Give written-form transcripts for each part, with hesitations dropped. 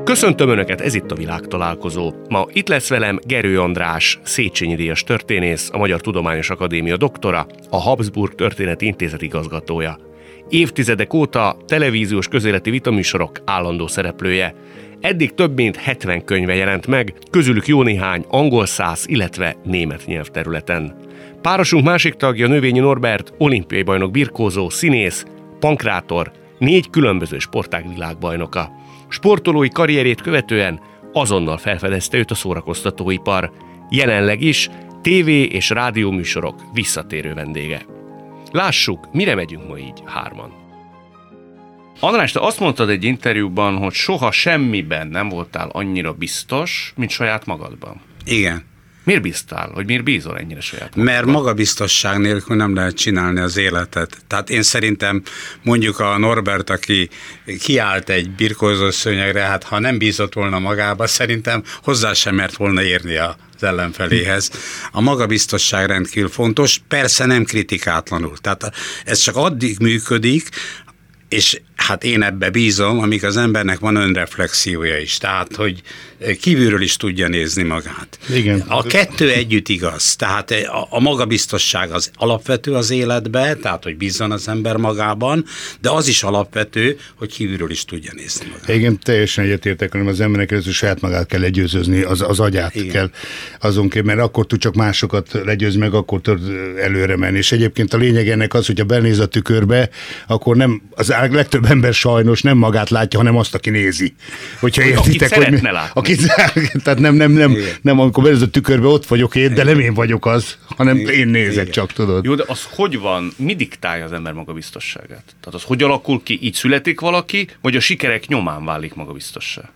Köszöntöm Önöket, ez itt a Világtalálkozó. Ma itt lesz velem Gerő András, Széchenyi díjas történész, a Magyar Tudományos Akadémia doktora, a Habsburg Történeti Intézet igazgatója. Évtizedek óta televíziós közéleti vitaműsorok állandó szereplője. Eddig több mint 70 könyve jelent meg, közülük jó néhány angol száz, illetve német nyelvterületen. Párosunk másik tagja Növényi Norbert, olimpiai bajnok birkózó, színész, pankrátor, 4 különböző sportág világbajnoka. Sportolói karrierjét követően azonnal felfedezte őt a szórakoztatóipar. Jelenleg is tévé- és rádióműsorok visszatérő vendége. Lássuk, mire megyünk ma így hárman. András, te azt mondtad egy interjúban, hogy soha semmiben nem voltál annyira biztos, mint saját magadban. Igen. Miért bíztál? Hogy miért bízol ennyire saját magadban? Mert magabiztosság nélkül nem lehet csinálni az életet. Tehát én szerintem mondjuk a Norbert, aki kiállt egy birkózó szőnyegre, hát ha nem bízott volna magába, szerintem hozzá sem mert volna érni az ellenfeléhez. A magabiztosság rendkívül fontos, persze nem kritikátlanul. Tehát ez csak addig működik, és hát én ebbe bízom, amíg az embernek van önreflexiója is, tehát hogy kívülről is tudja nézni magát. Igen. A kettő együtt igaz, tehát a magabiztosság az alapvető az életbe, tehát hogy bízzon az ember magában, de az is alapvető, hogy kívülről is tudja nézni magát. Igen, teljesen egyetértek, hanem az embernek először saját magát kell legyőzni, az agyát Igen. kell azonként, mert akkor tud csak másokat legyőzni, meg akkor tud előre menni. És egyébként a lényeg ennek az, hogyha benéz a tükörbe, akkor nem, az legtöbb ember sajnos nem magát látja, hanem azt, aki nézi. Hogyha értitek, hogy tehát nem amikor benéz a tükörbe, ott vagyok én, de nem én vagyok az, hanem én nézek csak, tudod. Jó, de az hogy van, mi diktálja az ember magabiztosságát? Tehát az hogy alakul ki, így születik valaki, vagy a sikerek nyomán válik magabiztossá?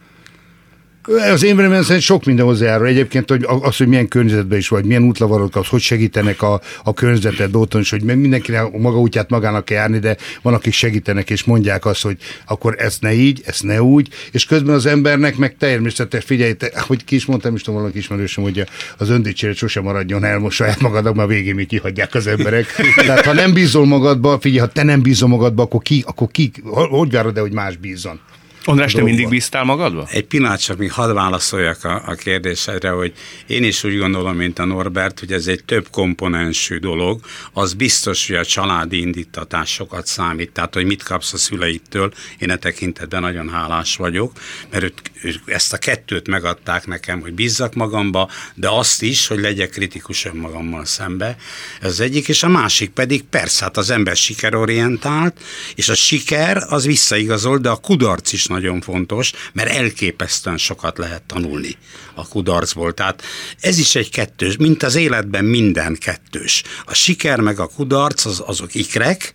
Az én véleményem szerint sok minden hozzájárul. Egyébként hogy milyen környezetben is vagy, milyen útlevelek az, hogy segítenek a környezeted otthon is, hogy mindenkinek a maga útját magának kell járni, de van, akik segítenek és mondják azt, hogy akkor ezt ne így, ezt ne úgy, és közben az embernek meg természetes, figyelj, hogy ki is mondtam, is tudom, valaki ismerősöm, hogy az öndicséret sosem maradjon el most saját magadnak, mert a végén még kihagyják az emberek. Tehát ha nem bízol magadba, figyelj, ha te nem bízol magadba, akkor ki hogy várod, hogy más bízzon? András, te mindig bíztál magadba? Egy pillanat csak még hadd válaszoljak a kérdésedre, hogy én is úgy gondolom, mint a Norbert, hogy ez egy több komponensű dolog, az biztos, hogy a családi indítatás sokat számít, tehát hogy mit kapsz a szüleittől, én e tekintetben nagyon hálás vagyok, mert ők ezt a kettőt megadták nekem, hogy bízzak magamba, de azt is, hogy legyek kritikus önmagammal szembe. Ez az egyik, és a másik pedig persze, hát az ember sikerorientált, és a siker az visszaigazol, de a kudarc is nagyon fontos, mert elképesztően sokat lehet tanulni a kudarcból. Tehát ez is egy kettős, mint az életben minden kettős. A siker meg a kudarc azok ikrek,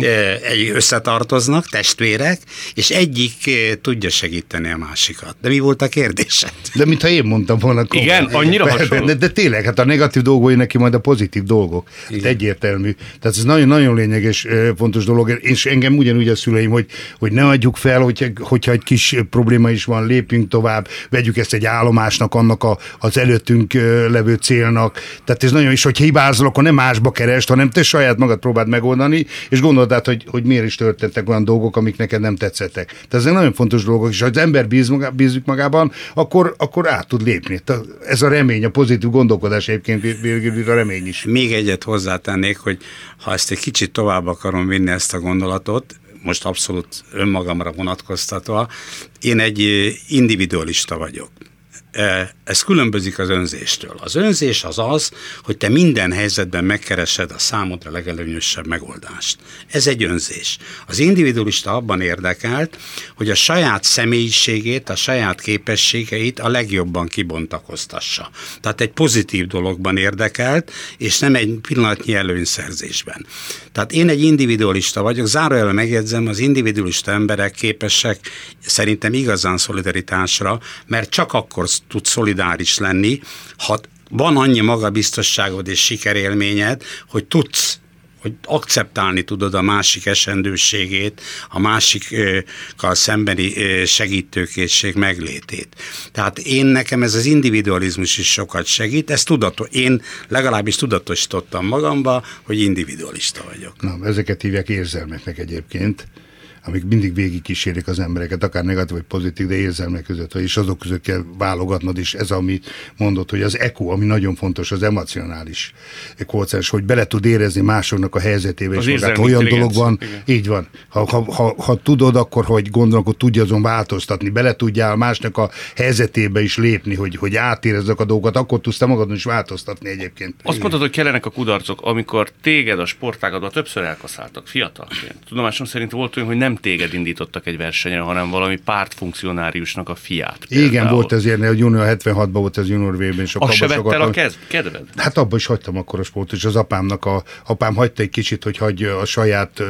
összetartoznak, testvérek, és egyik tudja segíteni a másikat. De mi volt a kérdésed? De mintha én mondtam volna. Igen, annyira hasonló. De tényleg, hát a negatív dolgok neki majd a pozitív dolgok. Hát egyértelmű. Tehát ez nagyon-nagyon lényeges, fontos dolog, és engem ugyanúgy a szüleim, hogy ne adjuk fel, hogyha egy kis probléma is van, lépjünk tovább, vegyük ezt egy állomásnak, annak az előttünk levő célnak. Tehát ez nagyon is, hogy hibázol, akkor nem másba keresd, hanem te saját magad próbáld megoldani, és gondold át, hogy miért is történtek olyan dolgok, amik neked nem tetszettek. Tehát ezek nagyon fontos dolgok, és ha az ember bízik magában, akkor át tud lépni. Tehát ez a remény, a pozitív gondolkodás egyébként a remény is. Még egyet hozzátennék, hogy ha ezt egy kicsit tovább akarom vinni ezt a gondolatot, most abszolút önmagamra vonatkoztatva, én egy individualista vagyok. Ez különbözik az önzéstől. Az önzés az, hogy te minden helyzetben megkeresed a számodra legelőnyösebb megoldást. Ez egy önzés. Az individualista abban érdekelt, hogy a saját személyiségét, a saját képességeit a legjobban kibontakoztassa. Tehát egy pozitív dologban érdekelt, és nem egy pillanatnyi előnyszerzésben. Tehát én egy individualista vagyok, zárójelben megjegyzem, az individualista emberek képesek szerintem igazán szolidaritásra, mert csak akkor tud szolidáris lenni, ha van annyi magabiztosságod és sikerélményed, hogy tudsz, hogy akceptálni tudod a másik esendőségét, a másikkal szembeni segítőkészség meglétét. Tehát nekem ez az individualizmus is sokat segít, én legalábbis tudatosítottam magamba, hogy individualista vagyok. Na, ezeket hívják érzelmeknek egyébként. amik mindig végigkísérik az embereket, akár negatív vagy pozitív, de érzelmek között, és azok között kell válogatnod, és ez, amit mondod, hogy az EQ, ami nagyon fontos, az emocionális kócens, hogy bele tud érezni másoknak a helyzetébe, az és magát olyan dolog van, igen. Így van. Ha tudod, akkor, hogy gondolom, akkor tudja azon változtatni, bele tudjál másnak a helyzetébe is lépni, hogy átérezzek a dolgokat, akkor tudsz te magadon is változtatni egyébként. Azt mondtad, hogy kellenek a kudarcok, amikor téged a sportágadban többször elkaszáltak fiatalként. Tudomásom szerint volt olyan, hogy nem téged indítottak egy versenyre, hanem valami pártfunkcionáriusnak a fiát. Például. Igen, volt ezért, hogy junior 76-ban volt ez junior V-ben. Azt se vett el a kedved? Hát abban is hagytam akkor a sportot, és az apám hagyta egy kicsit, hogy hagyj a saját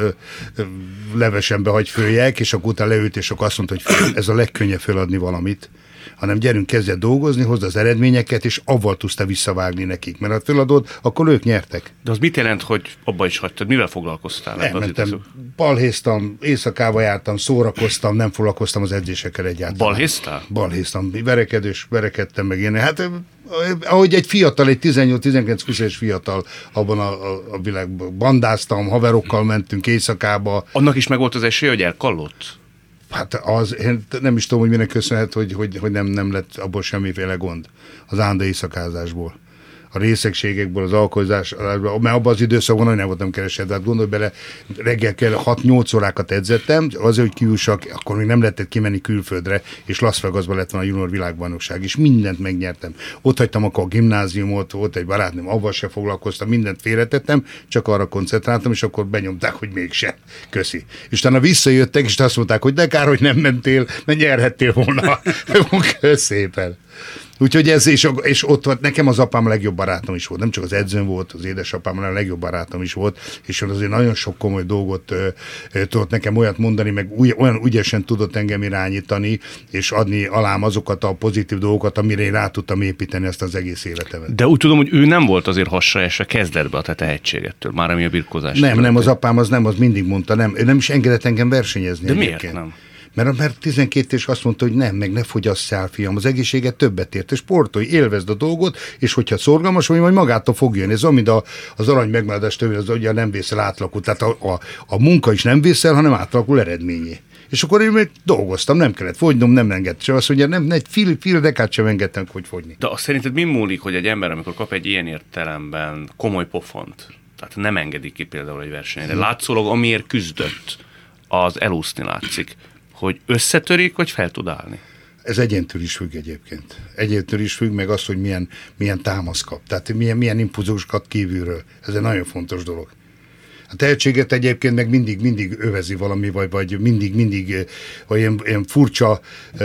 levesembe hagy följek, és akkor utána leült, és akkor azt mondta, hogy ez a legkönnyebb feladni valamit, hanem gyerünk, kezdj el dolgozni, hozd az eredményeket, és avval tudsz te visszavágni nekik. Mert ha feladod, akkor ők nyertek. De az mit jelent, hogy abba is hagytad? Mivel foglalkoztál? Elmentem, balhéztam, éjszakába jártam, szórakoztam, nem foglalkoztam az edzésekkel egyáltalán. Balhéztál? Balhéztam, verekedtem meg én. Hát ahogy egy fiatal, egy 18-19-20 éves fiatal abban a világban bandáztam, haverokkal mentünk éjszakába. Annak is megvolt az esély, hogy elkallott? Hát én nem is tudom, hogy minek köszönhet, hogy nem lett abból semmiféle gond az állandó éjszakázásból. A részegségekből, az alkoholizásból, mert abban az időszakban nagyon nem voltam keresett, hát gondolj bele, reggel kell 6-8 órákat edzettem, azért, hogy kiussak, akkor még nem lehetett kimenni külföldre, és Las Vegasban lett volna a junior világbajnokság, és mindent megnyertem. Ott hagytam akkor a gimnáziumot, volt egy barátnőm, avval se foglalkoztam, mindent félretettem, csak arra koncentráltam, és akkor benyomták, hogy mégse. Köszi. És utána visszajöttek, és azt mondták, hogy de kár, hogy nem mentél, mert nyerhettél volna. Kösz szépen. Úgyhogy ez, és ott volt, nekem az apám a legjobb barátom is volt, nem csak az edzőm volt, az édesapám, hanem a legjobb barátom is volt, és azért nagyon sok komoly dolgot tudott nekem olyat mondani, meg olyan ügyesen tudott engem irányítani, és adni alám azokat a pozitív dolgokat, amire én rá tudtam építeni ezt az egész életemet. De úgy tudom, hogy ő nem volt azért hasraesve kezdetbe a te tehetségettől, már ami a birkózás. Nem, az apám az mindig mondta, ő nem is engedett engem versenyezni. De egyébként. Miért nem? Mert 12 és azt mondta, hogy nem, meg ne fogyasszál, fiam, az egészséget többet ért, és sportolj, élvezd a dolgot, és hogyha szorgalmas vagy, majd magától fog jönni. Ez mint az arany megmaradás többé, az ugye nem vészel átlakul, tehát a munka is nem vészel, hanem átlakul eredményé. És akkor én még dolgoztam, nem kellett fogynom, nem engedtem. Csak azt mondja, egy fél dekát sem engedtem, hogy fogyni. De azt szerinted mi múlik, hogy egy ember, amikor kap egy ilyen értelemben komoly pofont, tehát nem engedik ki például egy versenyre, látszólag amiért küzdött, az elúszni látszik, hogy összetörik, vagy fel tud állni? Ez egyéntől is függ egyébként. Egyéntől is függ, meg az, hogy milyen támasz kap. Tehát milyen impulzusokat kívülről. Ez egy nagyon fontos dolog. A tehetséget egyébként meg mindig övezi valami, vagy mindig ilyen furcsa,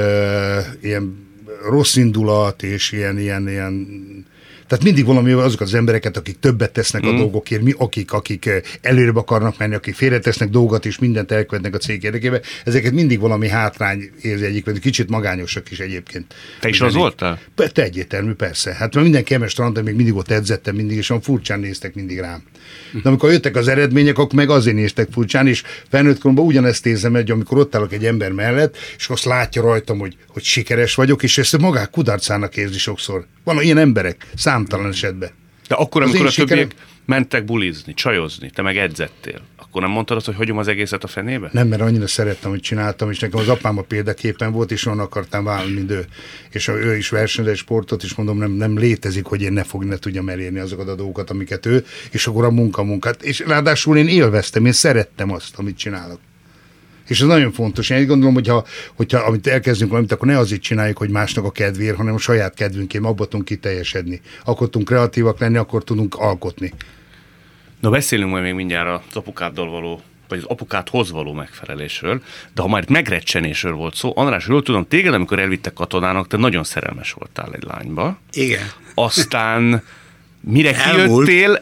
ilyen rossz indulat, és ilyen tehát mindig valami azokat az embereket, akik többet tesznek a dolgokért, akik előrébb akarnak menni, akik félretesznek dolgokat, és mindent elkövetnek a cég érdekében, ezeket mindig valami hátrány érzi egyébként, kicsit magányosak is egyébként. Te is az voltál? Te egyértelmű, persze. Hát mert mindenki emes strandon, még mindig ott edzettem, mindig, és olyan furcsán néztek mindig rám. De amikor jöttek az eredmények, akkor meg azért néztek furcsán, és felnőtt koromban ugyanezt érzem, hogy amikor ott állok egy ember mellett, és azt látja rajtam, hogy sikeres vagyok, és ezt magát kudarcának érzi sokszor. Van ilyen emberek, számtalan esetben. De akkor, amikor a többiek mentek bulizni, csajozni, te meg edzettél, akkor nem mondtad azt, hogy hagyom az egészet a fenébe? Nem, mert annyira szerettem, hogy csináltam, és nekem az apám a példaképen volt, és onnan akartam válni, mint ő. És ő is versenyzett sportot, és mondom, nem létezik, hogy én ne tudjam elérni azokat a dolgokat, amiket ő, és akkor a munkát. És ráadásul én élveztem, én szerettem azt, amit csinálok. És ez nagyon fontos. Én gondolom, hogyha amit elkezdünk valamit, akkor ne azért csináljuk, hogy másnak a kedvéért, hanem a saját kedvünkért, abba tudunk kiteljesedni. Akkor tudunk kreatívak lenni, akkor tudunk alkotni. Na, beszélünk majd még mindjárt az apukáddal való, vagy az apukádhoz való megfelelésről, de ha már itt megrecsenésről volt szó, András, jól tudom, téged, amikor elvittek katonának, te nagyon szerelmes voltál egy lányba. Igen. Aztán mire kijöttél,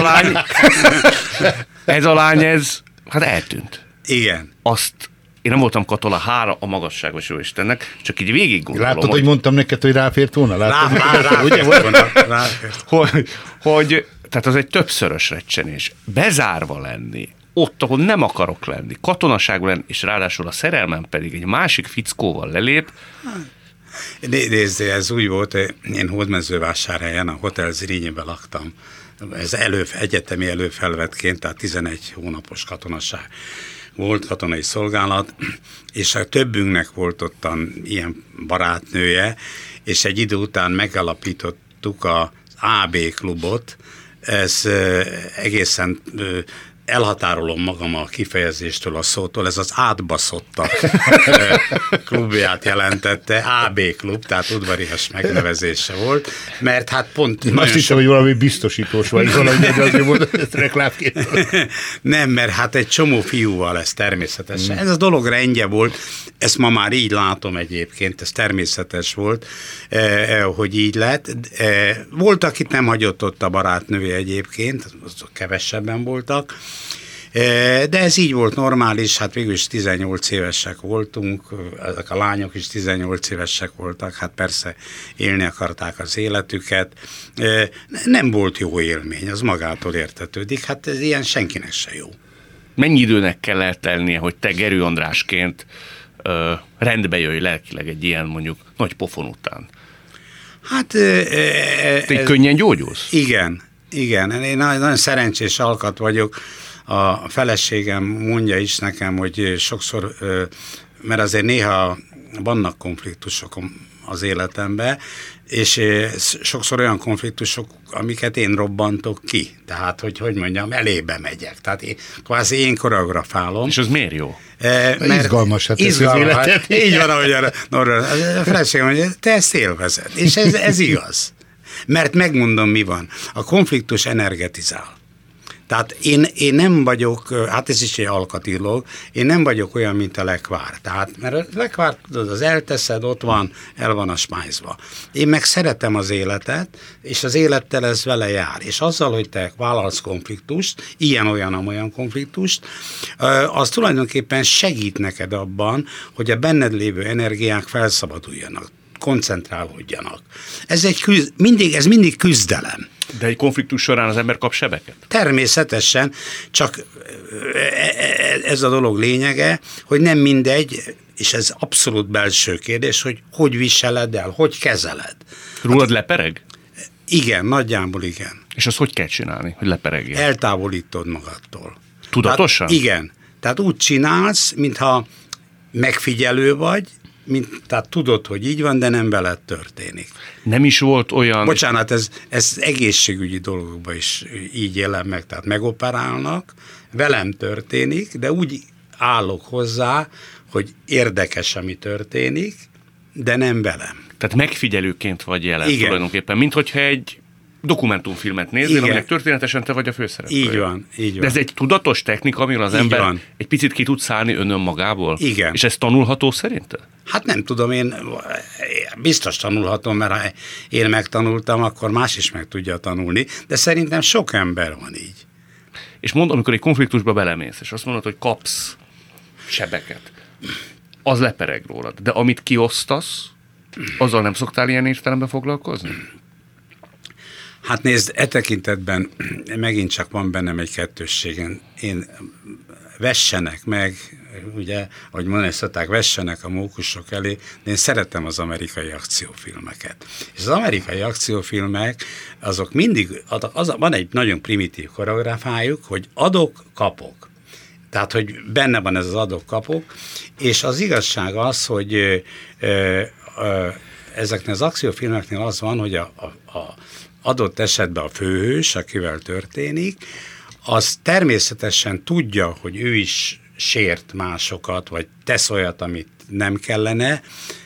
ez a lány, hát eltűnt. Igen. Azt én nem voltam katona, hála a magasságos jó Istennek, csak így végig gondolom. Látod, hogy mondtam neked, hogy ráfért volna? Hogy tehát az egy többszörös recsenés. Bezárva lenni, ott, ahol nem akarok lenni, katonaságban lenni, és ráadásul a szerelmem pedig egy másik fickóval lelép. Nézd, ez úgy volt, én Hódmezővásárhelyen, a Hotel Zrínyiben laktam. Ez egyetemi előfelvettként, tehát 11 hónapos katonaság. volt katonai szolgálat, és a többünknek volt ottan ilyen barátnője, és egy idő után megalapítottuk az AB klubot. Ez egészen elhatárolom magam a kifejezéstől, a szótól, ez az átbaszottak klubját jelentette, AB klub, tehát udvarias megnevezése volt, mert hát pont... Azt hiszem, hogy valami biztosítós vagy, valami azért volt reklámként. Nem, mert hát egy csomó fiúval ez természetesen. Ez a dolog rendje volt, ezt ma már így látom egyébként, ez természetes volt, hogy így lett. Volt, akit nem hagyott ott a barátnője egyébként, azok kevesebben voltak, de ez így volt normális, hát végül is 18 évesek voltunk, ezek a lányok is 18 évesek voltak, hát persze élni akarták az életüket. Nem volt jó élmény, az magától értetődik, hát ez ilyen senkinek se jó. Mennyi időnek kell eltelnie, hogy te Gerő Andrásként rendbe jöjj lelkileg egy ilyen mondjuk nagy pofon után? Hát... Te könnyen gyógyulsz? Igen. Én nagyon szerencsés alkat vagyok. A feleségem mondja is nekem, hogy sokszor, mert azért néha vannak konfliktusok az életemben, és sokszor olyan konfliktusok, amiket én robbantok ki. Tehát, hogy mondjam, elébe megyek. Tehát kvázi én koreografálom. És az miért jó? Izgalmas, hát ez az életet. Így van, ahogy a feleségem mondja, te ezt élvezed. És ez igaz. Mert megmondom, mi van. A konfliktus energetizál. Tehát én nem vagyok, hát ez is egy alkatilog, én nem vagyok olyan, mint a lekvár. Tehát, mert a lekvár, tudod, az elteszed, ott van, el van a smányzva. Én meg szeretem az életet, és az élettel ez vele jár. És azzal, hogy te vállalsz konfliktust, ilyen-olyan konfliktust, az tulajdonképpen segít neked abban, hogy a benned lévő energiák felszabaduljanak, koncentrálódjanak. Ez mindig küzdelem. De egy konfliktus során az ember kap sebeket? Természetesen, csak ez a dolog lényege, hogy nem mindegy, és ez abszolút belső kérdés, hogy viseled el, hogy kezeled. Rólad lepereg? Igen, nagyjából igen. És azt hogy kell csinálni, hogy leperegjél? Eltávolítod magadtól. Tudatosan? Tehát, igen. Tehát úgy csinálsz, mintha megfigyelő vagy, tehát tudod, hogy így van, de nem veled történik. Nem is volt olyan... Bocsánat, ez egészségügyi dolgokban is így jelen meg, tehát megoperálnak, velem történik, de úgy állok hozzá, hogy érdekes, ami történik, de nem velem. Tehát megfigyelőként vagy jelen tulajdonképpen, mint hogyha egy dokumentumfilmet néznél, aminek történetesen te vagy a főszereplő. Így van. De ez egy tudatos technika, amivel az ember egy picit ki tud szállni önmagából? Igen. És ez tanulható szerinted? Hát nem tudom, én biztos tanulhatom, mert ha én megtanultam, akkor más is meg tudja tanulni, de szerintem sok ember van így. És mondd, amikor egy konfliktusba belemész, és azt mondod, hogy kapsz sebeket, az lepereg rólad, de amit kiosztasz, azzal nem szoktál ilyen értelemben foglalkozni? Hát nézd, e tekintetben megint csak van bennem egy kettősségen. Én vessenek meg, ugye, ahogy mondani szokták, vessenek a mókusok elé, de én szeretem az amerikai akciófilmeket. És az amerikai akciófilmek, azok mindig, van egy nagyon primitív koreográfájuk, hogy adok, kapok. Tehát, hogy benne van ez az adok-kapok, és az igazság az, hogy ezeknél az akciófilmeknél az van, hogy a adott esetben a főhős, akivel történik, az természetesen tudja, hogy ő is sért másokat, vagy tesz olyat, amit nem kellene,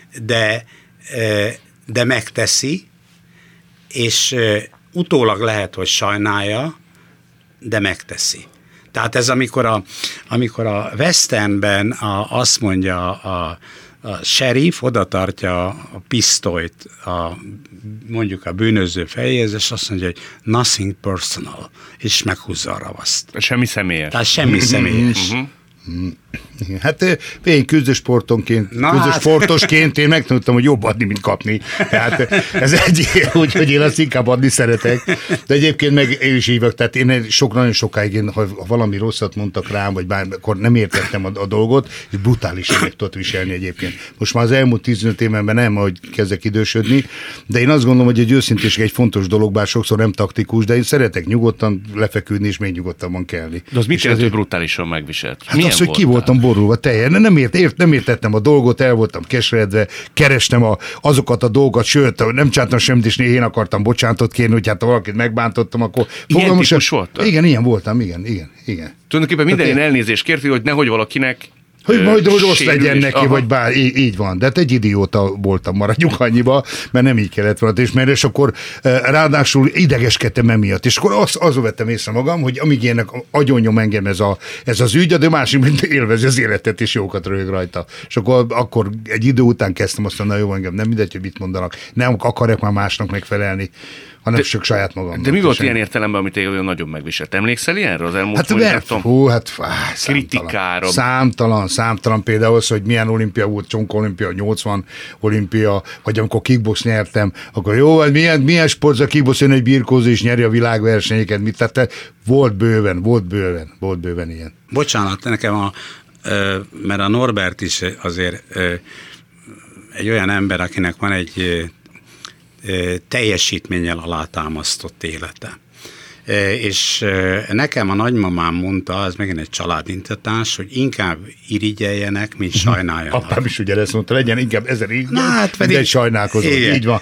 de megteszi, és utólag lehet, hogy sajnálja, de megteszi. Tehát ez amikor a westernben azt mondja a sheriff, oda tartja a pisztolyt mondjuk a bűnöző fejéhez, és azt mondja, hogy nothing personal, és meghúzza a ravaszt. Semmi személyes. Tehát semmi személyes. Hát én sportosként én megtanultam, hogy jobb adni, mint kapni. Tehát ez egy, úgyhogy én azt inkább adni szeretek. De egyébként meg én is hívok, tehát én nagyon sokáig, ha valami rosszat mondtak rám, vagy bármi, akkor nem értettem a dolgot, és brutálisan meg tudott viselni egyébként. Most már az elmúlt 15 évben nem, ahogy kezdek idősödni, de én azt gondolom, hogy egy őszintéség egy fontos dolog, bár sokszor nem taktikus, de én szeretek nyugodtan lefeküdni, és még nyugodtabban kelni. De az mit jelent, hogy brutálisan megviselt? Hát az, hogy ki volt voltam borulva, teljesen. Nem értettem a dolgot, el voltam keseredve, kerestem azokat a dolgokat, sőt, nem csináltam semmit, és én akartam bocsánatot kérni, hogy hát ha valakit megbántottam, akkor... Ilyen típus voltál? Igen, ilyen voltam, igen. Tulajdonképpen minden ilyen elnézést kérti, hogy nehogy valakinek hogy majd rossz legyen sérülés. neki, vagy bár, így van. De hát egy idióta voltam, maradjunk annyiba, mert nem így kellett volna. És akkor ráadásul idegeskedtem emiatt. És akkor azon vettem észre magam, hogy amíg ilyenek agyonnyom engem ez az ügy, de másik, mint élvezi az életet, és jókat röhög rajta. És akkor egy idő után kezdtem azt mondani, jó, engem nem mindegy, hogy mit mondanak. Nem akarok már másnak megfelelni, hanem csak saját magam. De mi volt ilyen értelemben, amit olyan nagyon megviselt? Emlékszel ilyenre az elmúlt kritikára? Számtalan például az, hogy milyen olimpia volt, Csonka olimpia, 80 olimpia, vagy amikor kickbox nyertem, akkor jó, milyen sport, a kickbox jön egy birkózó és nyeri a világversenyeket, tehát volt bőven ilyen. Bocsánat, nekem mert a Norbert is azért egy olyan ember, akinek van egy teljesítménnyel alátámasztott élete. És nekem a nagymamám mondta, az megint egy családintatás, hogy inkább irigyeljenek, mint sajnáljanak. Apám is ugye ezt mondta, legyen inkább 1000 így, pedig egy sajnálkozó. Így van.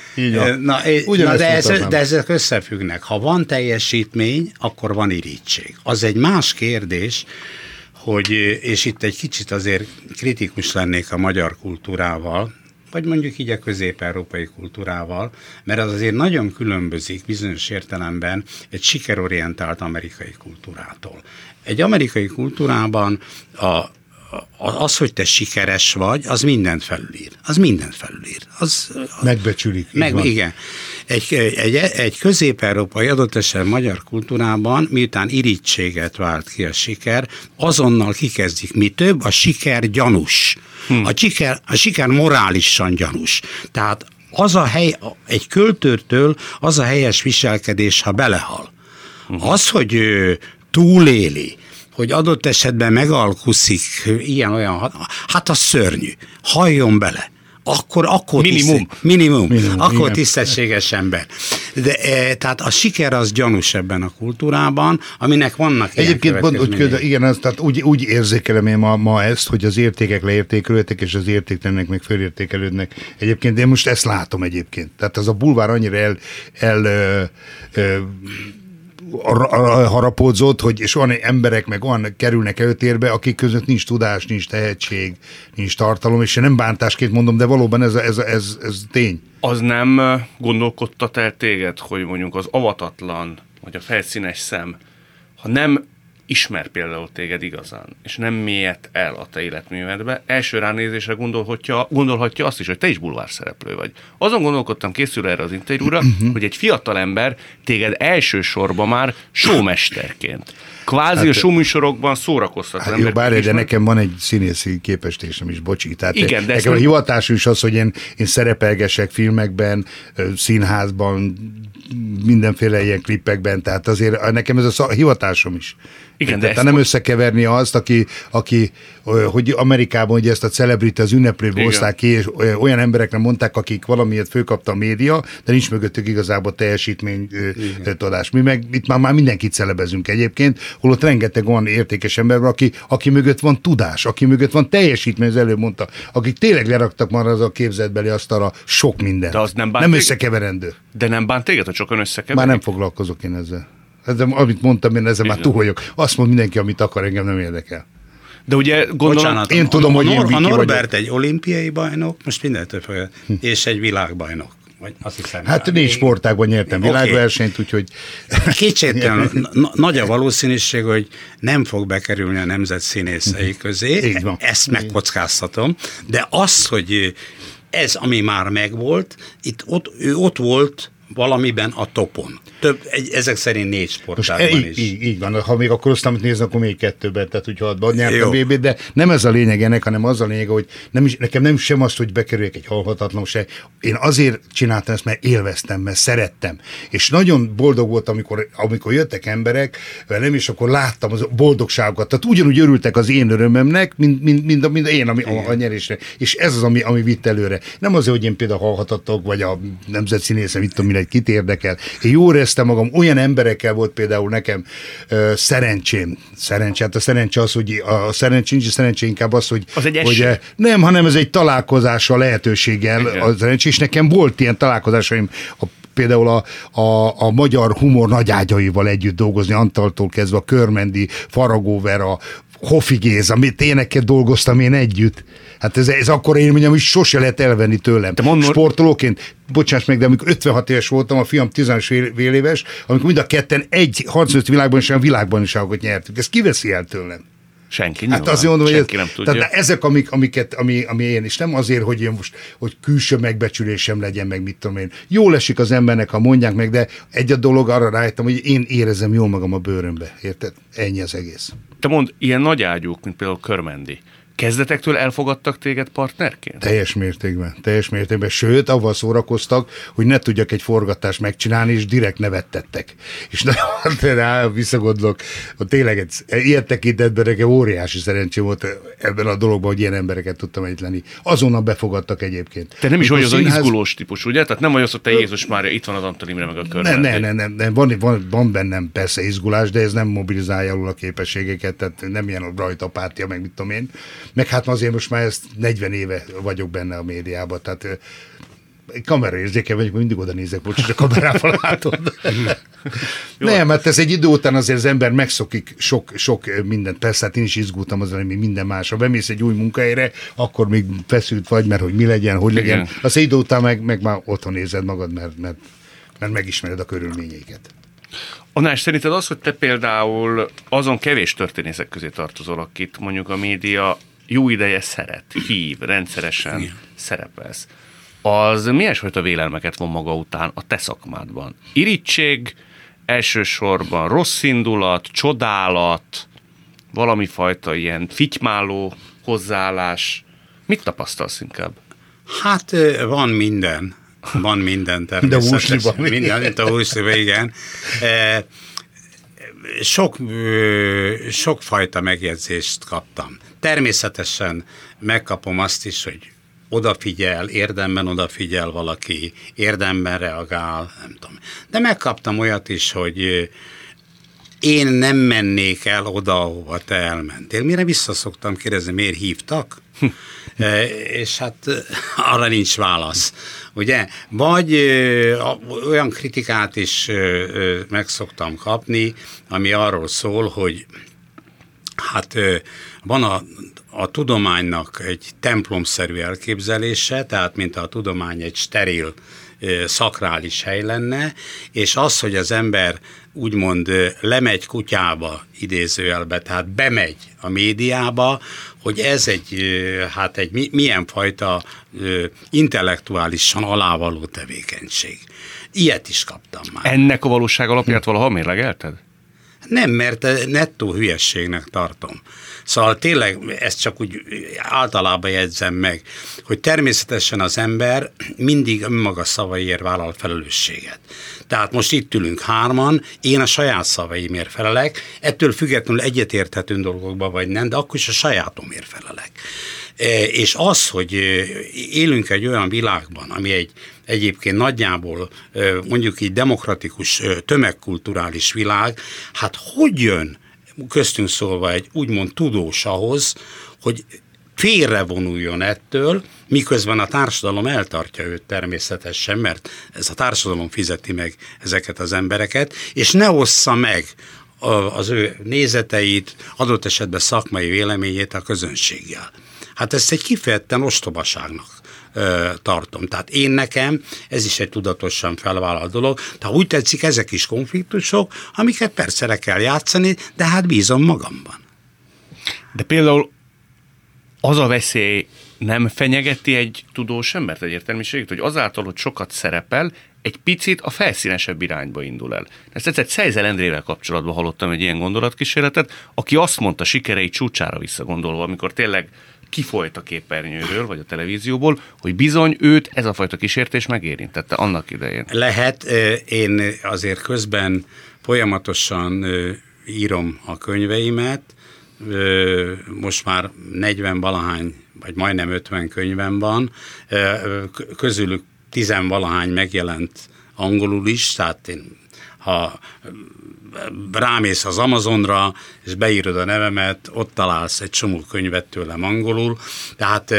De ezek összefüggnek. Ha van teljesítmény, akkor van irigység. Az egy más kérdés, hogy, és itt egy kicsit azért kritikus lennék a magyar kultúrával, vagy mondjuk így a közép-európai kultúrával, mert az azért nagyon különbözik bizonyos értelemben egy sikerorientált amerikai kultúrától. Egy amerikai kultúrában az, hogy te sikeres vagy, az mindent felülír. Megbecsülik. Igen. Egy közép-európai, adott esetben magyar kultúrában, miután irigységet vált ki a siker, azonnal kikezdik, mi több, a siker gyanús. A siker morálisan gyanús. Tehát egy költőtől az a helyes viselkedés, ha belehal. Az, hogy ő túléli, hogy adott esetben megalkuszik ilyen-olyan, hát az szörnyű. Halljon bele. Akkor minimum. Akkor tisztességes ember. De, tehát a siker az gyanús ebben a kultúrában, aminek vannak egyébként pont, igen, tehát úgy érzékelem én ma ezt, hogy az értékek leértékelődtek, és az értéktelenek meg fölértékelődnek. Egyébként én most ezt látom egyébként. Tehát az a bulvár annyira harapódzott, hogy és olyan emberek meg olyan kerülnek előtérbe, akik között nincs tudás, nincs tehetség, nincs tartalom, és nem bántásként mondom, de valóban ez tény. Az nem gondolkodtat el téged, hogy mondjuk az avatatlan, vagy a felszínes szem, ha nem ismer például téged igazán, és nem mélyed el a te életművedbe, első ránézésre gondolhatja azt is, hogy te is bulvár szereplő vagy. Azon gondolkodtam készülve erre az interjúra, hogy egy fiatal ember téged elsősorban már showmesterként. Kvázi a showműsorokban szórakoztat. De nekem van egy színészi képesítésem is, bocsi. Tehát igen, de nekem a hivatásom is az, hogy én szerepelgesek filmekben, színházban, mindenféle ilyen klippekben, tehát azért nekem ez a hivatásom is. Igen, tehát nem összekeverni azt, aki hogy Amerikában ugye ezt a celebrity az ünneplőbe hozták ki, és olyan emberekre mondták, akik valamiért fölkapta a média, de nincs mögöttük igazából teljesítménytudás. Mi meg itt már mindenkit celebezünk egyébként, holott rengeteg olyan értékes ember van, aki mögött van tudás, aki mögött van teljesítmény, az előbb mondta, akik tényleg leraktak már az a képzetbeli asztalra sok mindent. De az nem összekeverendő. De nem bánt téged, hogy sokan összekeverik? Már nem foglalkozok én ezzel. Amit mondtam, én ezzel már túl vagyok. Azt mond mindenki, amit akar, engem nem érdekel. De ugye gondolom... Bocsánat, én tudom, hogy én a Norbert egy olimpiai bajnok, most mindentől fogja, és egy világbajnok. Vagy azt hiszem, hát 4 sportágban nyertem világversenyt, úgyhogy... Kétségtelen nagy a valószínűség, hogy nem fog bekerülni a nemzet színészei közé. Ezt megkockáztatom. De az, hogy ez, ami már megvolt, ő ott volt valamiben a topon. Ezek szerint 4 sportágban is. Így van, ha még akkor azt nézni, akkor még 2-ben, tehát hogyha nyertem VB-t, de nem ez a lényeg ennek, hanem az a lényeg, hogy nekem nem sem azt, hogy bekerüljek egy halhatatlan se. Én azért csináltam ezt, mert élveztem, mert szerettem. És nagyon boldog voltam, amikor jöttek emberek velem, és akkor láttam az boldogságokat. Tehát ugyanúgy örültek az én örömömnek, mint én a nyerésre. És ez az, ami vitt előre. Nem azért, hogy én például halhatatok, vagy a nemzetszínészem, mit tudom, kit érdekel. Én jó éreztem magam, olyan emberekkel volt például nekem szerencsém. Hát a szerencse az, hogy a szerencse inkább az, hogy... Az egy hogy nem, hanem ez egy találkozással, lehetőséggel a szerencse, és nekem volt ilyen találkozásaim például a magyar humor nagyágyaival együtt dolgozni, Antaltól kezdve a Körmendi, Faragóver, a Hofi Géza, amit énekkel dolgoztam én együtt. Hát ez akkora élmény, ami sose lehet elvenni tőlem. Sportolóként, bocsáss meg, de amikor 56 éves voltam, a fiam 10 éves, amikor mind a ketten egy harcművészeti világban is nyertük. Ezt kiveszi el tőlem? Senki, hát azért mondom, senki nem tudja. Tehát ezek, ami én is, nem azért, hogy én most, hogy külső megbecsülésem legyen, meg mit tudom én. Jól esik az embernek, ha mondják meg, de egy a dolog, arra rájöttem, hogy én érezem jól magam a bőrömbe. Érted? Ennyi az egész. Te mondd, ilyen nagy ágyúk, mint például Körmendi, kezdetektől elfogadtak téged partnerként? Teljes mértékben. Sőt, avval szórakoztak, hogy ne tudjak egy forgatást megcsinálni, és direkt nevettettek. És nagyon visszagondolok, hogy tényleg ilyen tekintetben nekem óriási szerencsém volt ebben a dologban, hogy ilyen embereket tudtam egyetlenni. Azonnal befogadtak egyébként. Te nem is vagy az izgulós típus, ugye? Tehát nem vagy az, hogy te Jézus Mária, itt van az Antal Imre meg a Körmendi. Nem. Van bennem persze izgulás, de ez nem mobilizálja alul a képességeket, tehát nem ilyen rajtapártia, meg mit tudom én. Meg hát azért most már ezt 40 éve vagyok benne a médiában, tehát kameraérzéke vagyok, mindig oda nézek, bocs, a kamerával látod. Nem, hát ez egy idő után azért az ember megszokik sok mindent. Persze, hát én is izgultam azon, hogy minden más. Ha bemész egy új munkahelyre, akkor még feszült vagy, mert hogy mi legyen, hogy legyen. Igen. Az idő után meg már otthon nézed magad, mert megismered a körülményeiket. András, szerinted az, hogy te például azon kevés történészek közé tartozol, akit mondjuk a média jó ideje szeret, hív, rendszeresen szerepelsz, az milyesfajta vélelmeket von maga után a te szakmádban? Irigység, elsősorban rossz indulat, csodálat, valami fajta ilyen fitymáló hozzáállás. Mit tapasztalsz inkább? Hát van minden természetesen. Minden, mint a húsliban, igen. Sokfajta megjegyzést kaptam. Természetesen megkapom azt is, hogy érdemben odafigyel valaki, érdemben reagál, nem tudom. De megkaptam olyat is, hogy én nem mennék el oda, ahova te elmentél. Mire visszaszoktam kérdezni, miért hívtak? És hát arra nincs válasz. Ugye? Vagy olyan kritikát is meg szoktam kapni, ami arról szól, hogy hát van a tudománynak egy templomszerű elképzelése, tehát mint a tudomány egy steril, szakrális hely lenne, és az, hogy az ember úgymond lemegy kutyába, idézőjelbe, tehát bemegy a médiába, hogy ez egy milyen fajta intellektuálisan alávaló tevékenység. Ilyet is kaptam már. Ennek a valóság alapját valaha mérlegelted? Nem, mert nettó hülyességnek tartom. Szóval tényleg ezt csak úgy általában jegyzem meg, hogy természetesen az ember mindig önmaga szavaiért vállal felelősséget. Tehát most itt ülünk hárman, én a saját szavaimért felelek, ettől függetlenül egyetérthető dolgokban vagy nem, de akkor is a sajátomért felelek. És az, hogy élünk egy olyan világban, ami egyébként nagyjából mondjuk így demokratikus, tömegkulturális világ, hát hogy jön köztünk szólva egy úgymond tudós ahhoz, hogy félrevonuljon ettől, miközben a társadalom eltartja őt természetesen, mert ez a társadalom fizeti meg ezeket az embereket, és ne ossza meg az ő nézeteit, adott esetben szakmai véleményét a közönséggel. Hát ezt egy kifejezetten ostobaságnak tartom. Tehát nekem ez is egy tudatosan felvállalt dolog. Tehát úgy tetszik, ezek is konfliktusok, amiket persze le kell játszani, de hát bízom magamban. De például az a veszély nem fenyegeti egy tudós embert, egy értelmiséget, hogy azáltal, hogy sokat szerepel, egy picit a felszínesebb irányba indul el. Ezt egyszer Szejzel Endrével kapcsolatban hallottam egy ilyen gondolatkísérletet, aki azt mondta sikerei csúcsára visszagondolva, amikor tényleg kifolyt a képernyőről, vagy a televízióból, hogy bizony őt ez a fajta kísértés megérintette annak idején. Lehet, én azért közben folyamatosan írom a könyveimet, most már 40-valahány, vagy majdnem 50 könyvem van, közülük 10-valahány megjelent angolul is, tehát én ha rámész az Amazonra, és beírod a nevemet, ott találsz egy csomó könyvet tőlem angolul, tehát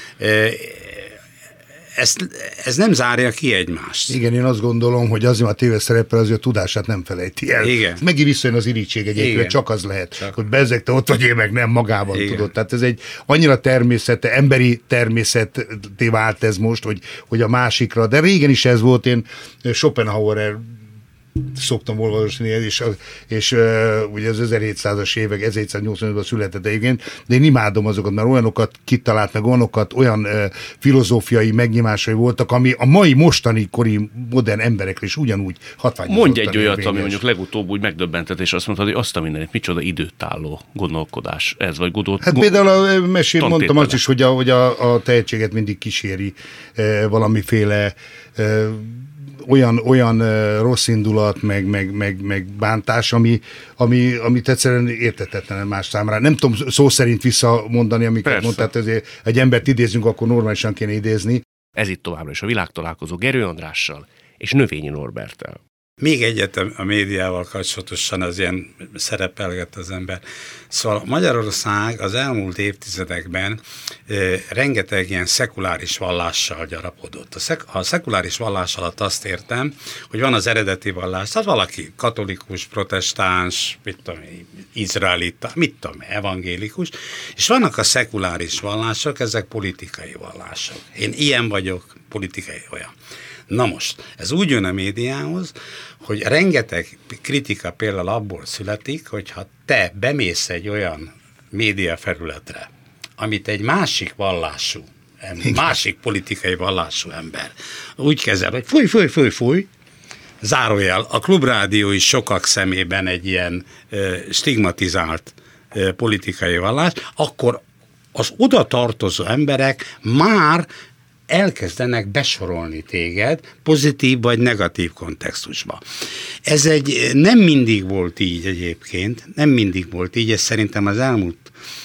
ez nem zárja ki egymást. Igen, én azt gondolom, hogy azért a tévé szerepel, azért a tudását nem felejti el. Igen. Megint visszajön az irítség egyébként, csak az lehet, hogy bezzeg te ott vagy, én meg nem magában tudod. Tehát ez egy annyira emberi természetté vált ez most, hogy a másikra, de régen is ez volt, én Schopenhauer szoktam olvasni, és ugye az 1700-as évek, 1785-ben született egyébként, de én imádom azokat, mert olyanokat kitalált, meg olyan filozófiai megnyilvásai voltak, ami a mai mostani kori modern emberekre is ugyanúgy hatványozottan. Mondj egy olyat, ami mondjuk legutóbb úgy megdöbbentett, és azt mondtad, hogy azt a mindenit, micsoda időtálló gondolkodás ez, vagy Hát például a mesén mondtam azt is, hogy a tehetséget mindig kíséri valamiféle olyan rossz indulat, meg bántás, amit egyszerűen értetetlen más számára. Nem tudom szó szerint visszamondani, amiket mondtál, ezért egy embert idézünk, akkor normálisan kéne idézni. Ez itt továbbra is a Világtalálkozó Gerő Andrással és Növényi Norberttel. Még egyet a médiával kapcsolatosan az ilyen szerepelget az ember. Szóval Magyarország az elmúlt évtizedekben rengeteg ilyen szekuláris vallással gyarapodott. A szekuláris vallás alatt azt értem, hogy van az eredeti vallás, tehát valaki katolikus, protestáns, izraelita, evangélikus, és vannak a szekuláris vallások, ezek politikai vallások. Én ilyen vagyok, politikai olyan. Na most, ez úgy jön a médiához, hogy rengeteg kritika például abból születik, hogyha te bemész egy olyan médiafelületre, amit egy másik vallású, másik politikai vallású ember úgy kezel, hogy fúj, zárójel, a Klubrádió is sokak szemében egy ilyen stigmatizált politikai vallás, akkor az oda tartozó emberek már elkezdenek besorolni téged pozitív vagy negatív kontextusba. Ez nem mindig volt így egyébként, ez szerintem az elmúlt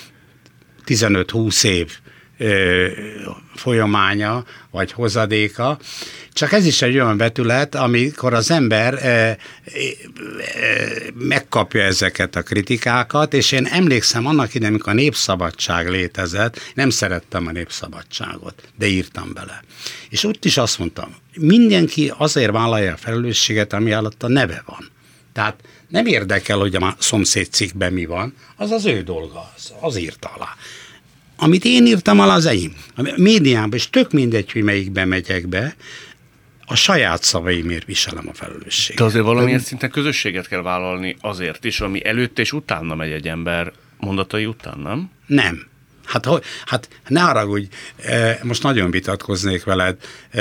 15-20 év folyamánya, vagy hozadéka, csak ez is egy olyan vetület, amikor az ember megkapja ezeket a kritikákat, és én emlékszem annak idején, amikor a Népszabadság létezett, nem szerettem a Népszabadságot, de írtam bele. És ott is azt mondtam, mindenki azért vállalja a felelősséget, ami alatt a neve van. Tehát nem érdekel, hogy a szomszéd cikkben mi van, az az ő dolga, az írta alá. Amit én írtam alá, az enyém. A médiában, és tök mindegy, hogy melyikben megyek be, a saját szavaimért viselem a felelősséget. De azért valamilyen szinten közösséget kell vállalni azért is, ami előtt és utána megy egy ember mondatai után, nem? Nem. Hát ne haragudj, most nagyon vitatkoznék veled,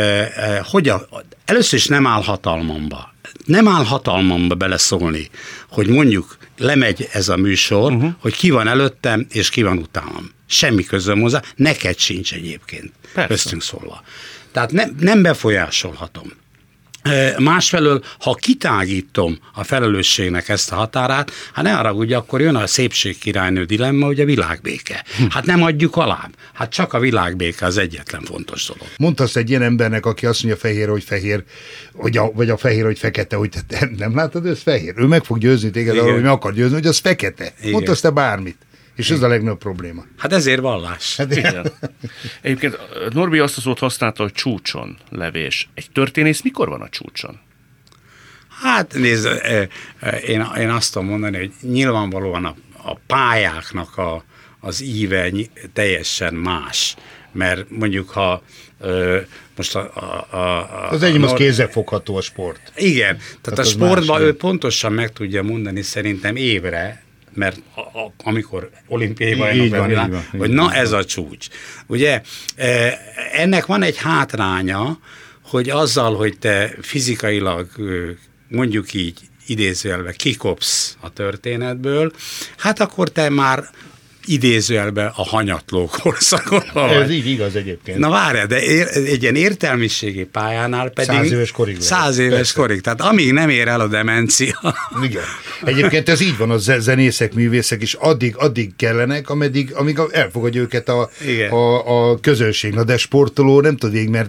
először is nem áll hatalmamba. Nem áll hatalmamba beleszólni, hogy mondjuk lemegy ez a műsor, hogy ki van előttem és ki van utánam. Semmi közöm hozzá, neked sincs egyébként, köztünk szólva. Tehát nem befolyásolhatom. Másfelől, ha kitágítom a felelősségnek ezt a határát, hát ne haragudj, akkor jön a szépségkirálynő dilemma, hogy a világbéke. Hát nem adjuk alá. Hát csak a világbéke az egyetlen fontos dolog. Mondtasz egy ilyen embernek, aki azt mondja fehér, hogy fehér, vagy a fehér, hogy fekete, hogy te nem látod, ez fehér. Ő meg fog győzni téged arról, hogy meg akar győzni, hogy az fekete. Mondtasz te bármit. És ez a legnagyobb probléma. Hát ezért vallás. Igen. Egyébként Norbi azt a szót használta, hogy csúcson levés. Egy történész mikor van a csúcson? Hát nézd, én azt tudom mondani, hogy nyilvánvalóan a pályáknak az íve teljesen más. Mert mondjuk, ha most az enyém az kézzelfogható a sport. Igen, tehát a sportban ő pontosan meg tudja mondani szerintem évre, mert amikor olimpiai bajnok vagy na ez a csúcs. Ugye ennek van egy hátránya, hogy azzal, hogy te fizikailag mondjuk így idézőjelben kikopsz a történetből, hát akkor te már idézőjelben a hanyatló korszakon vagy. Ez így igaz egyébként. Na várjál, de egy ilyen értelmiségi pályánál pedig 100 éves korig. 100 éves korig, tehát amíg nem ér el a demencia. Igen. Egyébként ez így van, a zenészek, művészek is addig kellenek, amíg elfogadja őket a közönség. Na de sportoló nem tud így, mert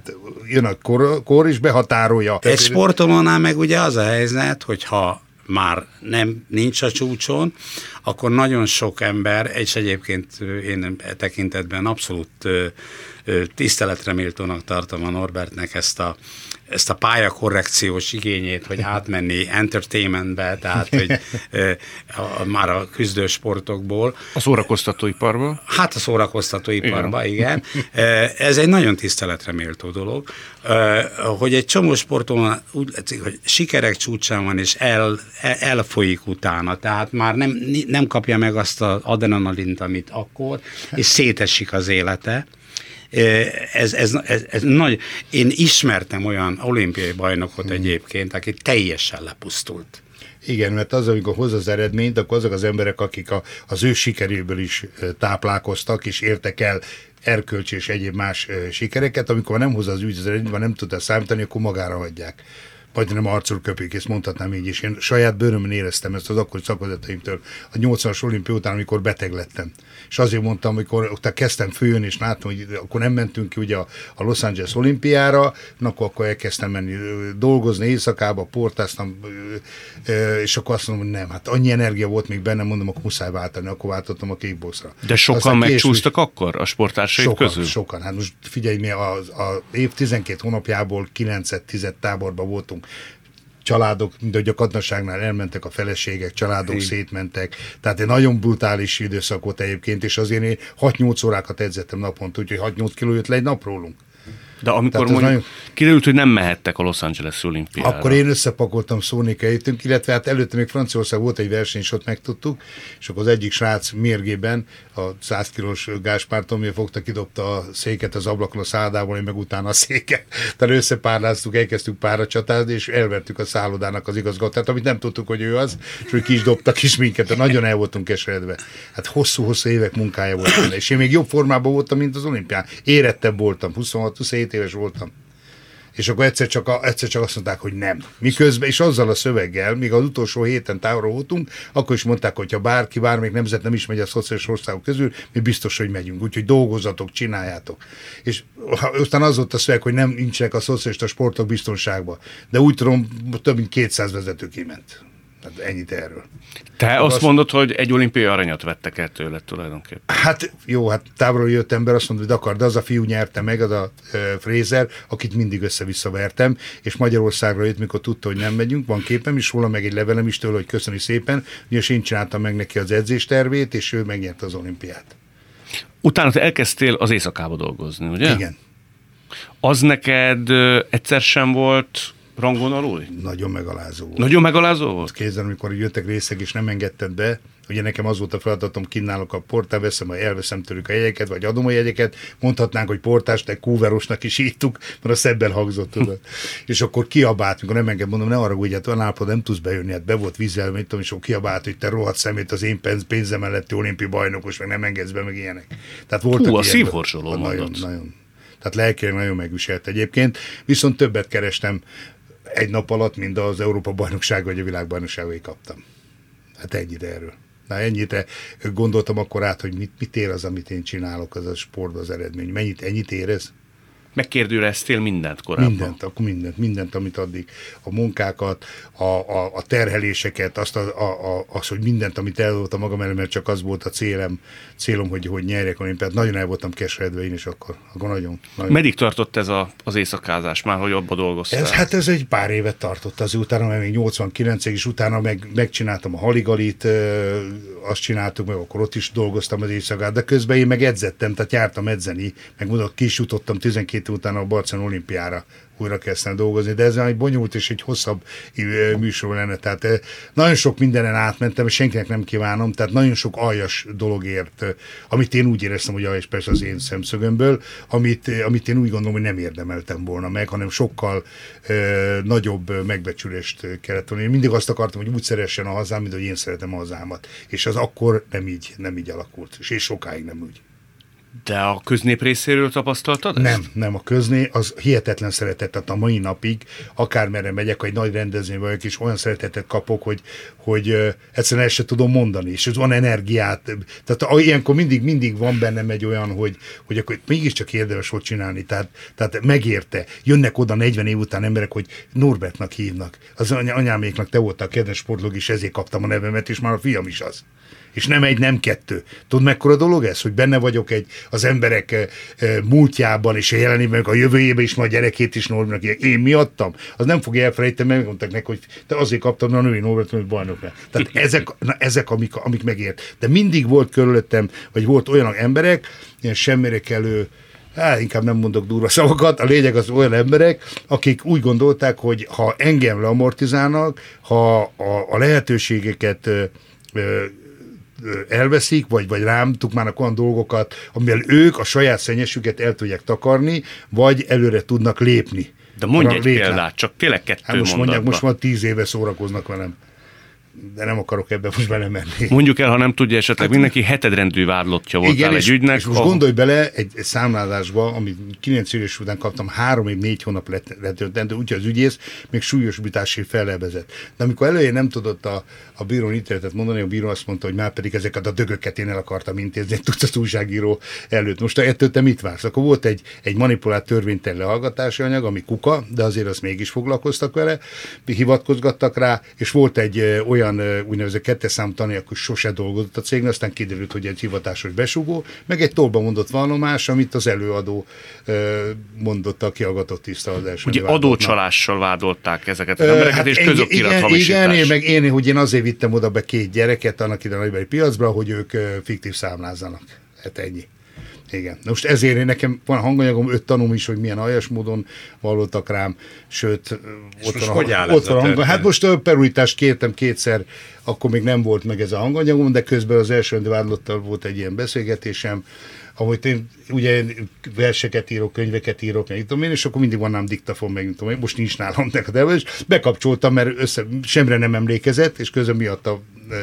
jön a kor és behatárolja. Egy sportolónál meg ugye az a helyzet, hogyha már nincs a csúcson, akkor nagyon sok ember, és egyébként én tekintetben abszolút tiszteletre méltónak tartom a Norbertnek ezt a pályakorrekciós igényét, hogy átmenni entertainmentbe, tehát hogy már a küzdősportokból. A szórakoztatóiparba? Hát a szórakoztatóiparba, igen. Ez egy nagyon tiszteletre méltó dolog, hogy egy csomó sporton úgy látszik, hogy sikerek csúcsán van, és elfolyik utána, tehát már nem kapja meg azt az adrenalint, amit akkor, és szétesik az élete. Ez nagy. Én ismertem olyan olimpiai bajnokot egyébként, aki teljesen lepusztult. Igen, mert az, amikor hoz az eredményt, akkor azok az emberek, akik az ő sikeréből is táplálkoztak, és értek el erkölcsi és egyéb más sikereket, amikor nem hoz az ügy az eredményt, nem tudta számítani, akkor magára hagyják. Vagy nem arcul köpik, ezt mondhatnám így is. Én saját bőrömön éreztem ezt az akkori szakvezetőimtől a 80-as olimpia után, amikor beteg lettem. És azért mondtam, amikor utána kezdtem följönni, és láttam, hogy akkor nem mentünk ki ugye a Los Angeles olimpiára, akkor elkezdtem menni dolgozni éjszakába, portáztam, és akkor azt mondom, hogy nem, hát annyi energia volt még bennem, mondom, akkor muszáj váltani, akkor váltottam a kickboxra. De sokan megcsúsztak akkor a sporttársaik közül? Sokan. Hát most figyelj, mi az év 12 hónapjából 9-10 táborban voltunk. Családok, mint hogy a katnaságnál elmentek a feleségek, családok szétmentek. Tehát egy nagyon brutális időszak volt egyébként, és azért én 6-8 órákat edzettem naponta, úgyhogy 6-8 kiló jött le egy napról. De amikor mondjuk kiderült, hogy nem mehettek a Los Angeles olimpiára. Akkor én összepakoltam szónékeitünk, illetve hát előtte még Franciaország volt egy verseny, és ott megtudtuk, és akkor az egyik srác mérgében, a 100 kilós Gáspártól miért fogta, kidobta a széket az ablakon a szállodából, én meg utána a széket. Tehát összepárláztuk, elkezdtük párra csatázni, és elvertük a szállodának az igazgatóját, amit nem tudtuk, hogy ő az, és hogy ki is dobtak is minket, de nagyon el voltunk keseredve. Hát hosszú-hosszú évek munkája volt benne, és én még jobb formában voltam, mint az olimpián. Érettebb voltam, 26-27 éves voltam. És akkor egyszer csak azt mondták, hogy nem. Miközben, és azzal a szöveggel, még az utolsó héten távolra voltunk, akkor is mondták, hogy ha bármelyik nemzet nem is megy a szociális országok közül, mi biztos, hogy megyünk. Úgyhogy dolgozzatok, csináljátok. És aztán az volt a szöveg, hogy nem nincsenek a szocialista sportok biztonságban. De úgy tudom, több mint 200 vezető kiment. Hát ennyit erről. Te azt mondod, hogy egy olimpiai aranyat vettek el tőled tulajdonképpen. Hát jó, hát távolról jött ember, azt mondta, hogy akar, de az a fiú nyerte meg, az a Fraser, akit mindig össze-vissza vertem, és Magyarországra jött, mikor tudta, hogy nem megyünk, van képem is róla, meg egy levelem is tőle, hogy köszöni szépen, ugyanis én csináltam meg neki az edzéstervét, és ő megnyerte az olimpiát. Utána te elkezdtél az éjszakába dolgozni, ugye? Igen. Az neked egyszer sem volt rangon alul? Nagyon megalázó volt. Nagyon megalázó volt? Kézzel, amikor jöttek részek, és nem engedted be, ugye nekem az volt a feladatom, kínálok a portál, veszem, vagy elveszem tőlük a jegyeket, vagy adom a jegyeket, mondhatnánk, hogy portás, de kúverosnak is írtuk, mert a szebben hangzott, tudod. És akkor kiabált, mikor nem enged, mondom, ne arra, hogy hát olyan állapotban nem tudsz bejönni, hát be volt vízzel, mit tudom, és akkor kiabált, hogy te rohadt szemét, az én pénzem melletti olimpiai bajnokos, meg nem engedsz be, meg ilyenek. Tehát voltak a szívhorsoló mondat. Nagyon. Tehát lelkileg nagyon megviselt egyébként, viszont többet kerestem egy nap alatt, mint az Európa-bajnokság vagy a világbajnokságai kaptam. Hát ennyit erről. Na ennyit gondoltam akkor át, hogy mit ér az, amit én csinálok, az a sportban az eredmény. Ennyit ér ez? Megkérdőjeleztél mindent korábban? Mindent, amit addig. A munkákat, a terheléseket, azt, hogy mindent, amit elvoltam magam elő, mert csak az volt a célom, hogy nyerjek olimpiát. Nagyon el voltam keseredve én is akkor nagyon. Meddig tartott ez az éjszakázás már, hogy abba dolgoztál? Ez egy pár évet tartott az utána, mert még 89-ig, és utána megcsináltam a Haligalit, azt csináltuk meg, akkor ott is dolgoztam az éjszakát, de közben én meg edzettem, tehát jártam edzeni, meg mondok, ki is jutottam 12 utána a Barcelona olimpiára újra kezdtem dolgozni, de ez egy bonyolult és egy hosszabb műsor lenne, tehát nagyon sok mindenen átmentem, és senkinek nem kívánom, tehát nagyon sok aljas dologért, amit én úgy éreztem, hogy aljas, persze az én szemszögömből, amit én úgy gondolom, hogy nem érdemeltem volna meg, hanem sokkal nagyobb megbecsülést kellett volna. Én mindig azt akartam, hogy úgy szeressen a hazám, mint hogy én szeretem a hazámat, és az akkor nem így alakult, és sokáig nem úgy. De a köznép részéről tapasztaltad ezt? Nem, a közné az hihetetlen szeretet, tehát a mai napig, akármerre megyek, egy nagy rendezvény vagyok, és olyan szeretetet kapok, hogy egyszerűen ezt se tudom mondani, és ez van energiát, tehát ilyenkor mindig van bennem egy olyan, hogy akkor mégiscsak érdemes volt csinálni, tehát megérte. Jönnek oda 40 év után emberek, hogy Norbertnak hívnak. Az anyáméknak te voltál a kedves sportlóg, és ezért kaptam a nevemet, és már a fiam is az. És nem egy, nem kettő. Tudod, mekkora dolog ez, hogy benne vagyok az emberek múltjában és a jelenében, a jövőjében is, majd gyerekét is Norbertnak, én miattam? Az nem fogja elfelejteni, mert megmondták neki, hogy te azért kaptam a női Norbert, hogy bajnok le. Tehát ezek amik megért. De mindig volt körülöttem, vagy volt olyan emberek, ilyen semmire kellő, inkább nem mondok durva szavakat, a lényeg az olyan emberek, akik úgy gondolták, hogy ha engem leamortizálnak, ha a lehetőségeket elveszik, vagy rám tukmának olyan dolgokat, amivel ők a saját szennyesüket el tudják takarni, vagy előre tudnak lépni. De mondj egy példát, csak tényleg kettő most mondatban. Most már 10 éve szórakoznak velem. De nem akarok ebbe most belemenni. Mondjuk el, ha nem tudja esetleg, mindenki hetedrendű vádlottja voltál egy ügynek. És most gondolj bele egy számlázásba, amit 9 éves után kaptam, 3 év, 4 hónap letöltendő, úgyhogy az ügyész még súlyosbítási fellebezett. De amikor előjén nem tudott a bírón ítéletet mondani, a bíró azt mondta, hogy már pedig ezeket a dögöket én el akartam intézni, tudsz az újságíró előtt. Most ettől te mit vársz? Akkor volt egy manipulált törvénytelen lehallgatási anyag, ami kuka, de azért azt mégis foglalkoztak vele, hivatkozgattak rá, és volt egy olyan úgynevezett kettes számú tanuló, akkor sose dolgozott a cégnél, aztán kiderült, hogy egy hivatásos besugó, meg egy tolba mondott vallomás, amit az előadó mondott a kihallgatott tiszta az első. Ugye adócsalással vádolták ezeket az embereket, és közokirat hamisítás. Igen, hogy én azért vittem oda be 2 gyereket annak ide a nagybeli piacra, hogy ők fiktív számlázzanak. Hát ennyi. Igen. Most ezért nekem van hanganyagom, 5 tanúm is, hogy milyen aljas módon vallottak rám, sőt, ott van hát most perújítást kértem 2-szer, akkor még nem volt meg ez a hanganyagom, de közben az első vádlottal volt egy ilyen beszélgetésem, ahogy én ugye verseket írok, könyveket írok, meg tudom én, és akkor mindig van nálam diktafon, meg tudom én, most nincs nálam neked, és bekapcsoltam, mert semmire nem emlékezett, és közben miatta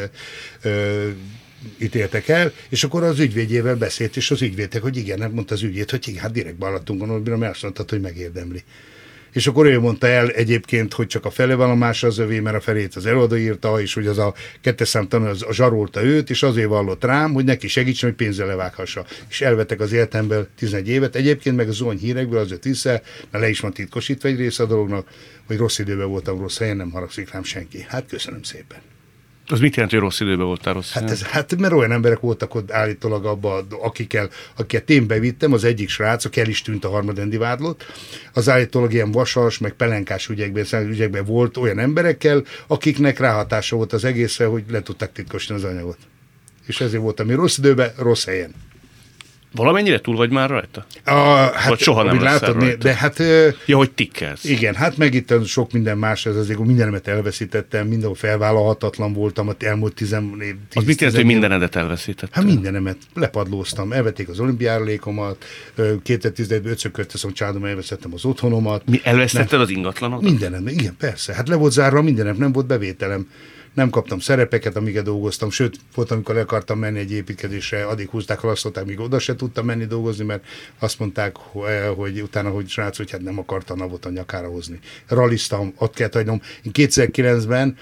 ítéltek el, és akkor az ügyvédjével beszélt, és az ügyvédtek, hogy igen, mondta az ügyvéd, hogy igen, hát direkt ballattunk gondolom, mert azt mondtad, hogy megérdemli. És akkor ő mondta el egyébként, hogy csak a fele vallomás az övé, mert a felét az előadó írta, és hogy az a 2 szám tanú az zsarolta őt, és azért vallott rám, hogy neki segítsen, hogy pénzzel levághassa. És elvettek az életemből 11 évet. Egyébként meg a Zony hírekből az jött vissza, mert le is van titkosítva egy része a dolognak, hogy rossz időben voltam, rossz helyen, nem haragszik rám senki. Hát köszönöm szépen. Az mit jelent, hogy rossz időben voltál rossz? Hát mert olyan emberek voltak ott állítólag abban, akiket én bevittem, az egyik srác, aki el is tűnt a harmadendi vádlott, az állítólag ilyen vasas, meg pelenkás ügyekben volt olyan emberekkel, akiknek ráhatása volt az egészre, hogy le tudták titkosítani az anyagot. És ezért voltam én rossz időben, rossz helyen. Valamennyire túl vagy már rajta? Hát, vagy soha nem leszel rajta? De hát... Ja, hogy tikkelsz. Igen, hát meg itt sok minden más, ez azért mindenemet elveszítettem, mindenhol felvállalhatatlan voltam, az elmúlt 10 év. Az mit jelent, hogy mindenedet elveszítettem? Hát mindenemet, lepadlóztam, elvették az olimpiárulékomat, 2011-ben 5-ször költöztem családom, elvesztettem az otthonomat. Mi elvesztetted az ingatlanodat? Mindenem, igen, persze. Hát le volt zárva mindenem, nem volt bevételem. Nem kaptam szerepeket, amiket dolgoztam, sőt, volt, amikor le akartam menni egy építkezésre, addig húzták, halasztották, míg oda se tudtam menni dolgozni, mert azt mondták, hogy utána, hogy srác, hogy hát nem akarta a navot a nyakára hozni. Raliztam, ott kellett hagynom. Én 2009-től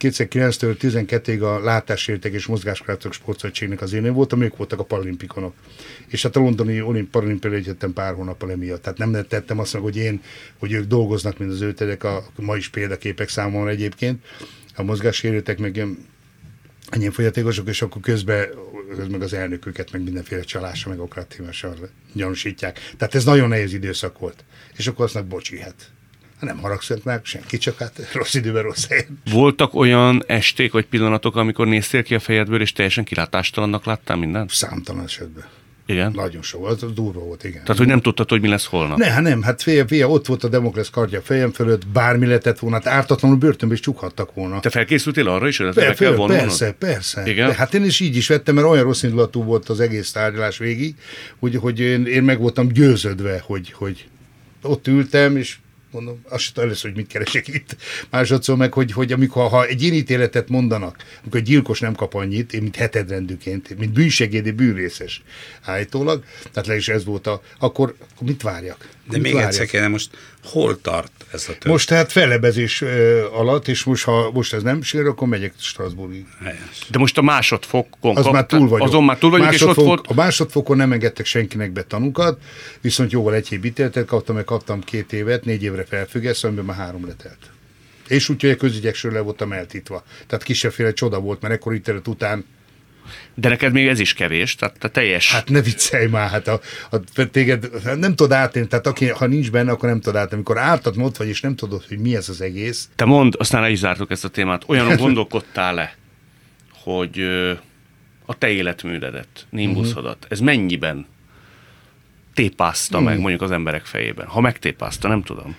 12-ig a látássérültek és mozgáskorlátok sportszövetségnek az én voltam, ők voltak a paralimpikonok. És hát a londoni paralimpiára egyettem pár hónappal emiatt. Tehát nem tettem azt meg, hogy ők dolgoznak, mint az őtedek, ma is példaképek számomra egyébként. A mozgássérültek meg ilyen fogyatékosok, és akkor közben meg az elnököket, meg mindenféle csalásra, meg okrattívással gyanúsítják. Tehát ez nagyon nehéz időszak volt. És akkor aztnak bocsi, hát nem haragszott meg senki, csak hát rossz időben rossz helyen. Voltak olyan esték vagy pillanatok, amikor néztél ki a fejedből, és teljesen kilátástalannak láttál mindent? Számtalan esetben. Igen? Nagyon sok, az durva volt, igen. Tehát, hogy nem tudtad, hogy mi lesz holnap? Nem, hát fia, ott volt a Demoklesz kardja a fejem fölött, bármi lehetett volna, hát ártatlanul börtönbe is csukhattak volna. Te felkészültél arra is, hogy be kell vonulnod? Persze. Igen? De hát én is így is vettem, mert olyan rossz indulatú volt az egész tárgyalás végig, hogy én meg voltam győződve, hogy ott ültem, és mondom, azt sem először, hogy mit keresek itt. Másodszor meg, hogy amikor ha egy ilyen ítéletet mondanak, amikor egy gyilkos nem kap annyit, én mint hetedrendűként, mint bűnsegédi bűnrészes állítólag, tehát le is ez volt akkor mit várjak? De még egyszer kéne, most hol tart ez a történet? Most tehát fellebezés alatt, és ha most ez nem sikerül, akkor megyek Strasbourgig. De most a másodfokon Az már túl vagyok. Azon már túl vagyok, és ott volt... A másodfokon nem engedtek senkinek be tanúkat, viszont jóval egy év ítéletet kaptam, meg kaptam 2 évet, 4 évre felfüggesztve, amiben már 3 letelt. És úgyhogy a közügyekről le voltam eltitva. Tehát kisebbféle csoda volt, mert ekkor ítélet után. De neked még ez is kevés, tehát a teljes... Hát ne viccelj már, hát téged nem tudod átélni, tehát ha nincs benne, akkor nem tudod átélni. Amikor ártatlan ott vagy, és nem tudod, hogy mi ez az egész. Te mondd, aztán le is zártuk ezt a témát. Olyanon gondolkodtál-e, hogy a te életművedet, nimbuszodat, ez mennyiben tépázta meg mondjuk az emberek fejében? Ha megtépázta, nem tudom.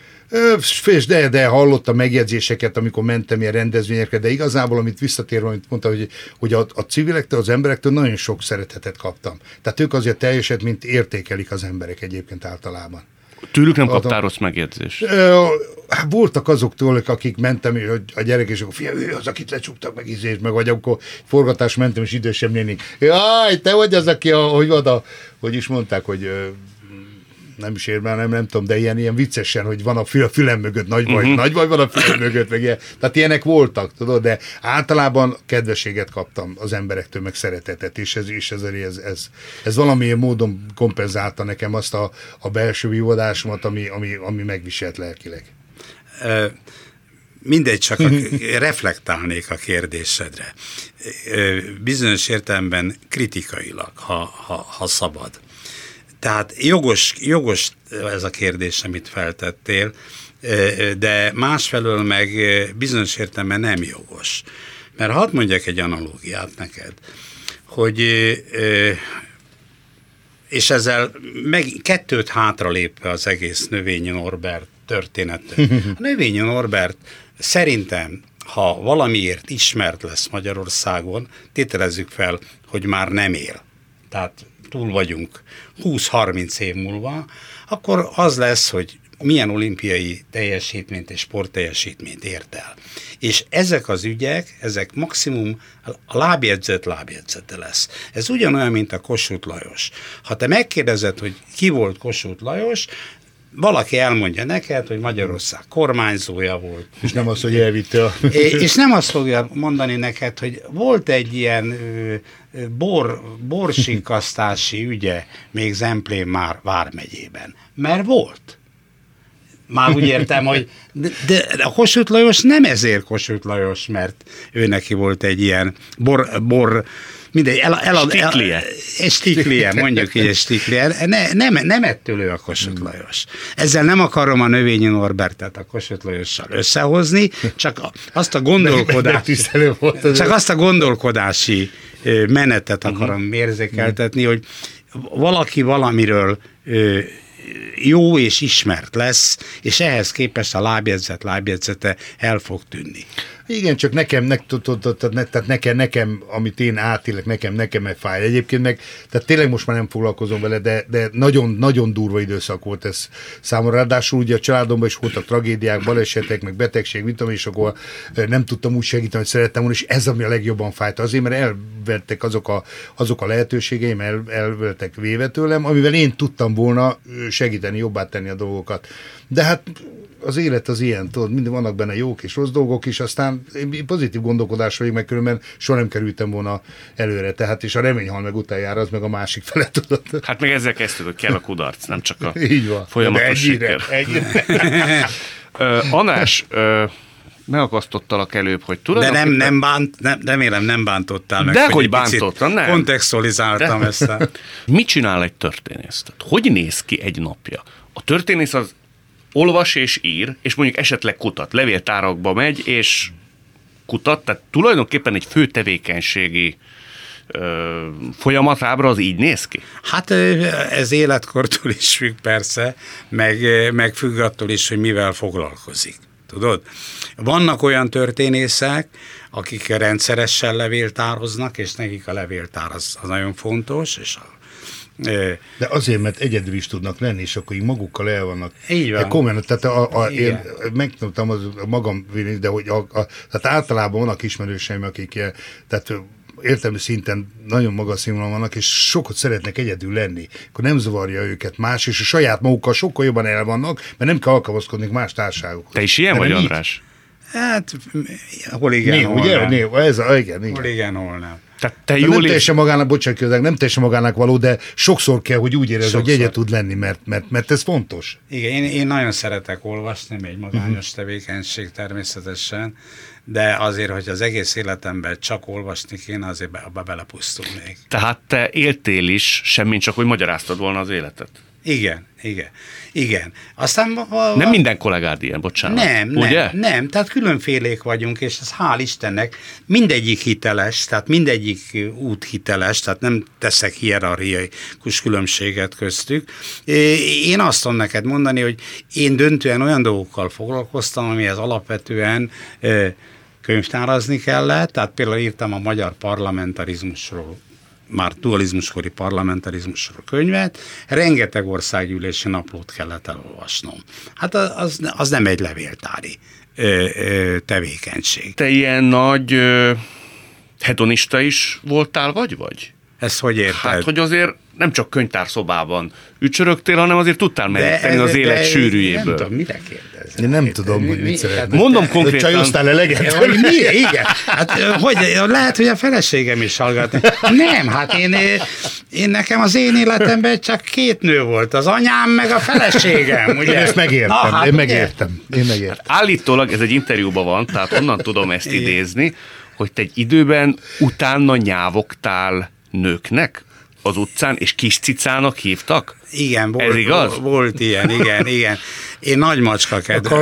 De hallottam megjegyzéseket, amikor mentem ilyen rendezvényekre, de igazából, amit visszatérve, amit mondta, hogy a civilektől, az emberektől nagyon sok szeretetet kaptam. Tehát ők azért teljesen, mint értékelik az emberek egyébként általában. Tőlük nem kaptál rossz megjegyzést? Voltak azoktól, akik mentem, hogy a gyerek, és akkor fiam, ő az, akit lecsuktak meg ízést, meg vagy akkor forgatás mentem, és idősebb néni. Jaj, te vagy az, aki, hogy is mondták, hogy nem is ér már, nem tudom, de ilyen viccesen, hogy van a fülem mögött nagy baj van a fülem mögött, meg ilyen. Tehát ilyenek voltak, tudod, de általában kedvességet kaptam az emberektől, meg szeretetet, és ez valamilyen módon kompenzálta nekem azt a belső vívódásomat, ami megviselt lelkileg. Mindegy, csak reflektálnék a kérdésedre. Bizonyos értelemben kritikailag, ha szabad. Tehát jogos ez a kérdés, amit feltettél, de másfelől meg bizonyos értelemben nem jogos. Mert hadd mondjak egy analógiát neked, hogy és ezzel meg 2 hátra lépve az egész Növényi Norbert történetet. A Növényi Norbert szerintem, ha valamiért ismert lesz Magyarországon, tételezzük fel, hogy már nem él. Tehát túl vagyunk 20-30 év múlva, akkor az lesz, hogy milyen olimpiai teljesítményt és sportteljesítményt ért el. És ezek az ügyek, ezek maximum a lábjegyzete lesz. Ez ugyanolyan, mint a Kossuth Lajos. Ha te megkérdezed, hogy ki volt Kossuth Lajos, valaki elmondja neked, hogy Magyarország kormányzója volt. És nem azt, hogy elvitte És nem azt fogja mondani neked, hogy volt egy ilyen borsikkasztási ügye még Zemplén vármegyében. Mert volt. Már úgy értem, hogy de a Kossuth Lajos nem ezért Kossuth Lajos, mert ő neki volt egy ilyen mindegy, stiklie, mondjuk így, stiklie. Nem ettől ő a Kossuth Lajos. Ezzel nem akarom a Növényi Norbertet a Kossuth Lajossal összehozni, csak azt a gondolkodási menetet akarom érzékeltetni, hogy valaki valamiről jó és ismert lesz, és ehhez képest a lábjegyzete el fog tűnni. Igen, csak nekem, amit én átélek, nekem fáj. Egyébként meg, tehát tényleg most már nem foglalkozom vele, de nagyon, nagyon durva időszak volt ez számomra. Ráadásul ugye a családomban is voltak tragédiák, balesetek, meg betegség, mit tudom, és akkor nem tudtam úgy segíteni, hogy szerettem volna, és ez ami a legjobban fájt. Azért, mert elvettek azok a lehetőségeim, elvettek véve tőlem, amivel én tudtam volna segíteni, jobbá tenni a dolgokat. De hát az élet az ilyen, tudod, mindig vannak benne jók és rossz dolgok is, aztán pozitív gondolkodás vagyok, meg különben soha nem kerültem volna előre, tehát és a remény hal meg utoljára, az meg a másik fele, tudod. Hát meg ezzel kezdtük, hogy kell a kudarc, nem csak a így van. Folyamatos siker. Ennyire. András, megakasztottalak előbb, hogy tulajdonképpen... De remélem nem bántottál meg, hogy bántottam, nem. Kontextualizáltam ezt. Mit csinál egy történész? Tehát, hogy néz ki egy napja? A történész az olvas és ír, és mondjuk esetleg kutat, levéltárakba megy, és kutat, tehát tulajdonképpen egy fő tevékenységi folyamatábra az így néz ki? Hát ez életkortól is függ persze, meg függ attól is, hogy mivel foglalkozik. Tudod? Vannak olyan történészek, akik rendszeresen levéltároznak, és nekik a levéltár az nagyon fontos, és De azért, mert egyedül is tudnak lenni, és akkor így magukkal el vannak. Így van. Komolyan, tehát én megtudtam a magam, de hogy tehát általában vannak ismerőseim, akik tehát értelmi szinten nagyon magas színvonalon vannak, és sokat szeretnek egyedül lenni. Akkor nem zavarja őket más, és a saját magukkal sokkal jobban el vannak, mert nem kell alkalmazkodni más társaságokhoz. Te is ilyen vagy, András? Hát, hol igen, hol nem. Igen. Hol igen, hol nem. Tehát te Nem teljesen magának, bocsánat, nem teljesen magának való, de sokszor kell, hogy úgy érezd, hogy egyet tud lenni, mert ez fontos. Igen, én nagyon szeretek olvasni, egy magányos tevékenység természetesen, de azért, hogy az egész életemben csak olvasni kéne, azért abba belepusztulnék. Tehát te éltél is, semmint csak, hogy magyaráztad volna az életet. Igen. Aztán... Nem minden kollégád ilyen, bocsánat. Nem, tehát különfélék vagyunk, és ez hál' Istennek mindegyik hiteles, tehát mindegyik út hiteles, tehát nem teszek hierarchikus különbséget köztük. Én azt tudom neked mondani, hogy én döntően olyan dolgokkal foglalkoztam, amihez alapvetően könyvtárazni kellett, tehát például írtam a magyar parlamentarizmusról, már dualizmuskori parlamentarizmusról könyvet, rengeteg országgyűlési naplót kellett elolvasnom. Hát az nem egy levéltári tevékenység. Te ilyen nagy hedonista is voltál, vagy? Ezt hogy érted? Hát, hogy azért nem csak könyvtárszobában ücsörögtél, hanem azért tudtál meríteni az élet sűrűjéből. Nem tudom, mire kérdezel? Én nem tudom, hogy mit szeretnék. Mondom konkrétan. Csajoztál eleget? Igen. Hát, hogy, lehet, hogy a feleségem is hallgatni. Nem, hát én nekem az én életemben csak 2 nő volt, az anyám meg a feleségem. Ugye? Én ezt megértem. Én megértem. Hát állítólag ez egy interjúban van, tehát onnan tudom ezt idézni, hogy te egy időben utána nyávogtál nőknek az utcán, és kis cicának hívtak? Igen, ez igaz? Volt ilyen, igen. Én nagy macska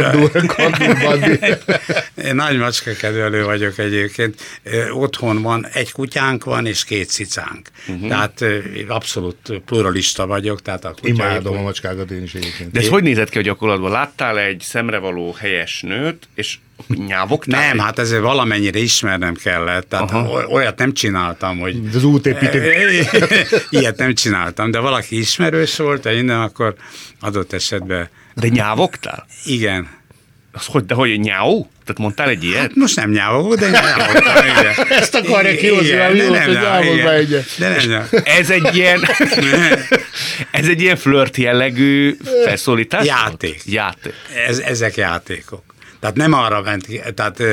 kedvelő vagyok egyébként. Otthon van, egy kutyánk van, és 2 cicánk. Tehát abszolút pluralista vagyok. Tehát a imádom a macskákat én is egyébként. De ez hogy nézett ki a gyakorlatban? Láttál egy szemrevaló helyes nőt, és nyávogtál? Nem, hát ezért valamennyire ismernem kellett. Tehát olyat nem csináltam, hogy... Az útépítő. Ilyet nem csináltam, de valaki ismerős volt, de innen akkor adott esetben... De nyávogtál? Igen. De hogy nyáó? Tehát mondtál egy ilyet? Hát most nem nyávogok, de nyávogtam, igen. Ezt akarja kihozni, hogy nyávog be egyet. Ez egy ilyen flört jellegű felszólítás? Játék. Játék. Ezek játékok. Tehát nem arra ment, tehát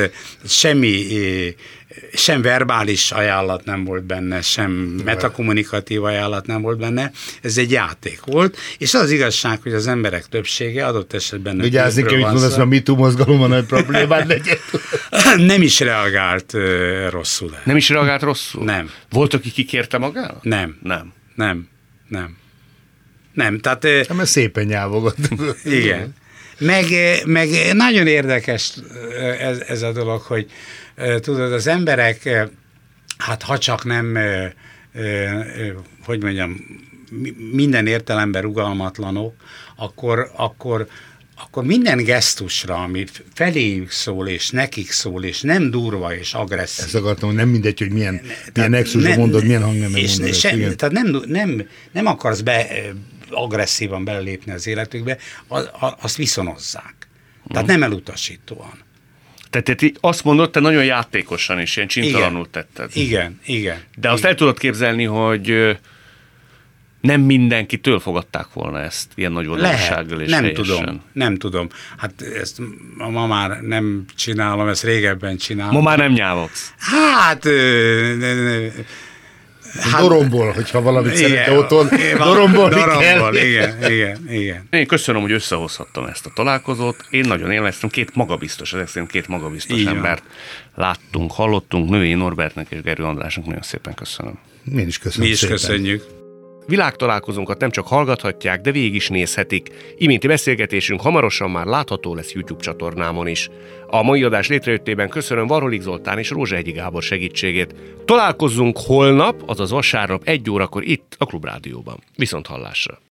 sem verbális ajánlat nem volt benne, sem metakommunikatív ajánlat nem volt benne, ez egy játék volt, és az igazság, hogy az emberek többsége adott esetben... Vigyázni kell, hogy mondasz, a MeToo mozgalom a nagy problémát legyen. Nem is reagált rosszul. Nem is reagált rosszul? Nem. Volt, aki kikérte magának? Nem. Tehát... Nem, ez szépen nyávogott. Igen. Meg nagyon érdekes ez a dolog, hogy tudod, az emberek, hát ha csak nem, hogy mondjam, minden értelemben rugalmatlanok, akkor minden gesztusra, ami feléjük szól, és nekik szól, és nem durva és agresszív. Ezt akartam, hogy nem mindegy, hogy milyen nexusra mondod, milyen hangnemben mondod. Tehát nem akarsz agresszívan belelépni az életükbe, azt viszonozzák. Tehát nem elutasítóan. Tehát te azt mondod, te nagyon játékosan és ilyen csintalanul tetted. Igen. De azt el tudod képzelni, hogy nem mindenkitől fogadták volna ezt ilyen nagy valósággal és helyesen. Nem tudom. Hát ezt ma már nem csinálom, ezt régebben csinálom. Ma már nem nyávogsz. Hát dorombol, hogyha valamit szeretne otthon. Dorombol, igen. Én köszönöm, hogy összehozhattam ezt a találkozót. Én nagyon élveztem, ezek szerint két magabiztos embert láttunk, hallottunk. Női Norbertnek és Gerő Andrásnak nagyon szépen köszönöm. Én is köszönöm. Mi is köszönjük. Világtalálkozónkat nem csak hallgathatják, de végig is nézhetik. Iménti beszélgetésünk hamarosan már látható lesz YouTube csatornámon is. A mai adás létrejöttében köszönöm Varholik Zoltán és Rózsahegyi Gábor segítségét. Találkozzunk holnap, azaz vasárnap 1 órakor itt a Klubrádióban. Viszont hallásra!